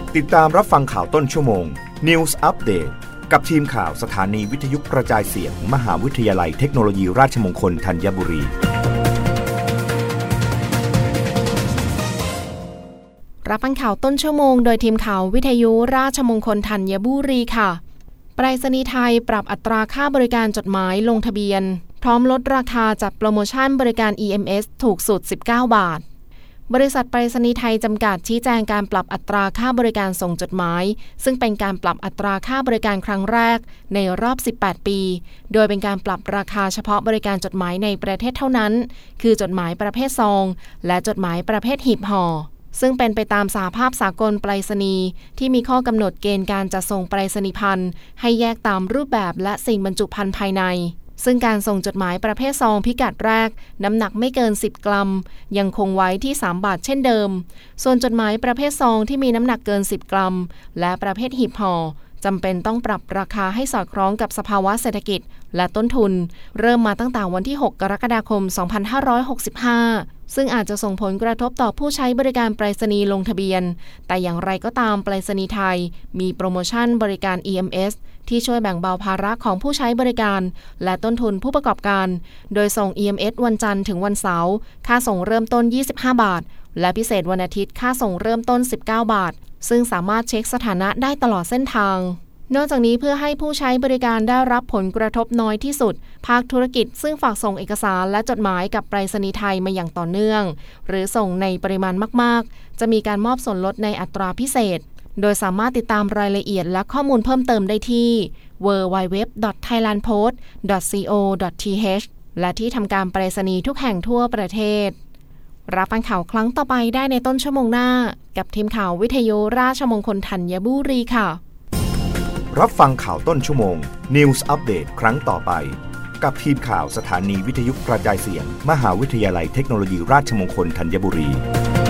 ติดตามรับฟังข่าวต้นชั่วโมง News Update กับทีมข่าวสถานีวิทยุกระจายเสียง มหาวิทยาลัยเทคโนโลยีราชมงคลธัญบุรีรับฟังข่าวต้นชั่วโมงโดยทีมข่าววิทยุราชมงคลธัญบุรีค่ะไปรษณีย์ไทยปรับอัตราค่าบริการจดหมายลงทะเบียนพร้อมลดราคาจัดโปรโมชั่นบริการ EMS ถูกสุด19 บาทบริษัทไปรษณีย์ไทยจำกัดชี้แจงการปรับอัตราค่าบริการส่งจดหมายซึ่งเป็นการปรับอัตราค่าบริการครั้งแรกในรอบ18 ปีโดยเป็นการปรับราคาเฉพาะบริการจดหมายในประเทศเท่านั้นคือจดหมายประเภทซองและจดหมายประเภทหีบห่อซึ่งเป็นไปตามสหภาพสากลไปรษณีย์ที่มีข้อกำหนดเกณฑ์การจัดส่งไปรษณียภัณฑ์ให้แยกตามรูปแบบและสิ่งบรรจุภัณฑ์ภายในซึ่งการส่งจดหมายประเภทซองพิกัดแรกน้ำหนักไม่เกิน10 กรัมยังคงไว้ที่3 บาทเช่นเดิมส่วนจดหมายประเภทซองที่มีน้ำหนักเกิน10 กรัมและประเภทหีบห่อจำเป็นต้องปรับราคาให้สอดคล้องกับสภาวะเศรษฐกิจและต้นทุนเริ่มมาตั้งแต่วันที่6 กรกฎาคม 2565ซึ่งอาจจะส่งผลกระทบต่อผู้ใช้บริการไปรษณีย์ลงทะเบียนแต่อย่างไรก็ตามไปรษณีย์ไทยมีโปรโมชั่นบริการ EMS ที่ช่วยแบ่งเบาภาระของผู้ใช้บริการและต้นทุนผู้ประกอบการโดยส่ง EMS วันจันทร์ถึงวันเสาร์ค่าส่งเริ่มต้น25 บาทและพิเศษวันอาทิตย์ค่าส่งเริ่มต้น19 บาทซึ่งสามารถเช็คสถานะได้ตลอดเส้นทางนอกจากนี้เพื่อให้ผู้ใช้บริการได้รับผลกระทบน้อยที่สุดภาคธุรกิจซึ่งฝากส่งเอกสารและจดหมายกับไปรษณีย์ไทยมาอย่างต่อเนื่องหรือส่งในปริมาณมากๆจะมีการมอบส่วนลดในอัตราพิเศษโดยสามารถติดตามรายละเอียดและข้อมูลเพิ่มเติมได้ที่ www.thailandpost.co.th และที่ทำการไปรษณีย์ทุกแห่งทั่วประเทศรับฟังข่าวครั้งต่อไปได้ในต้นชั่วโมงหน้ากับทีมข่าววิทยุราชมงคลธัญบุรีค่ะรับฟังข่าวต้นชั่วโมง News Update ครั้งต่อไปกับทีมข่าวสถานีวิทยุกระจายเสียง มหาวิทยาลัยเทคโนโลยีราชมงคลธัญบุรี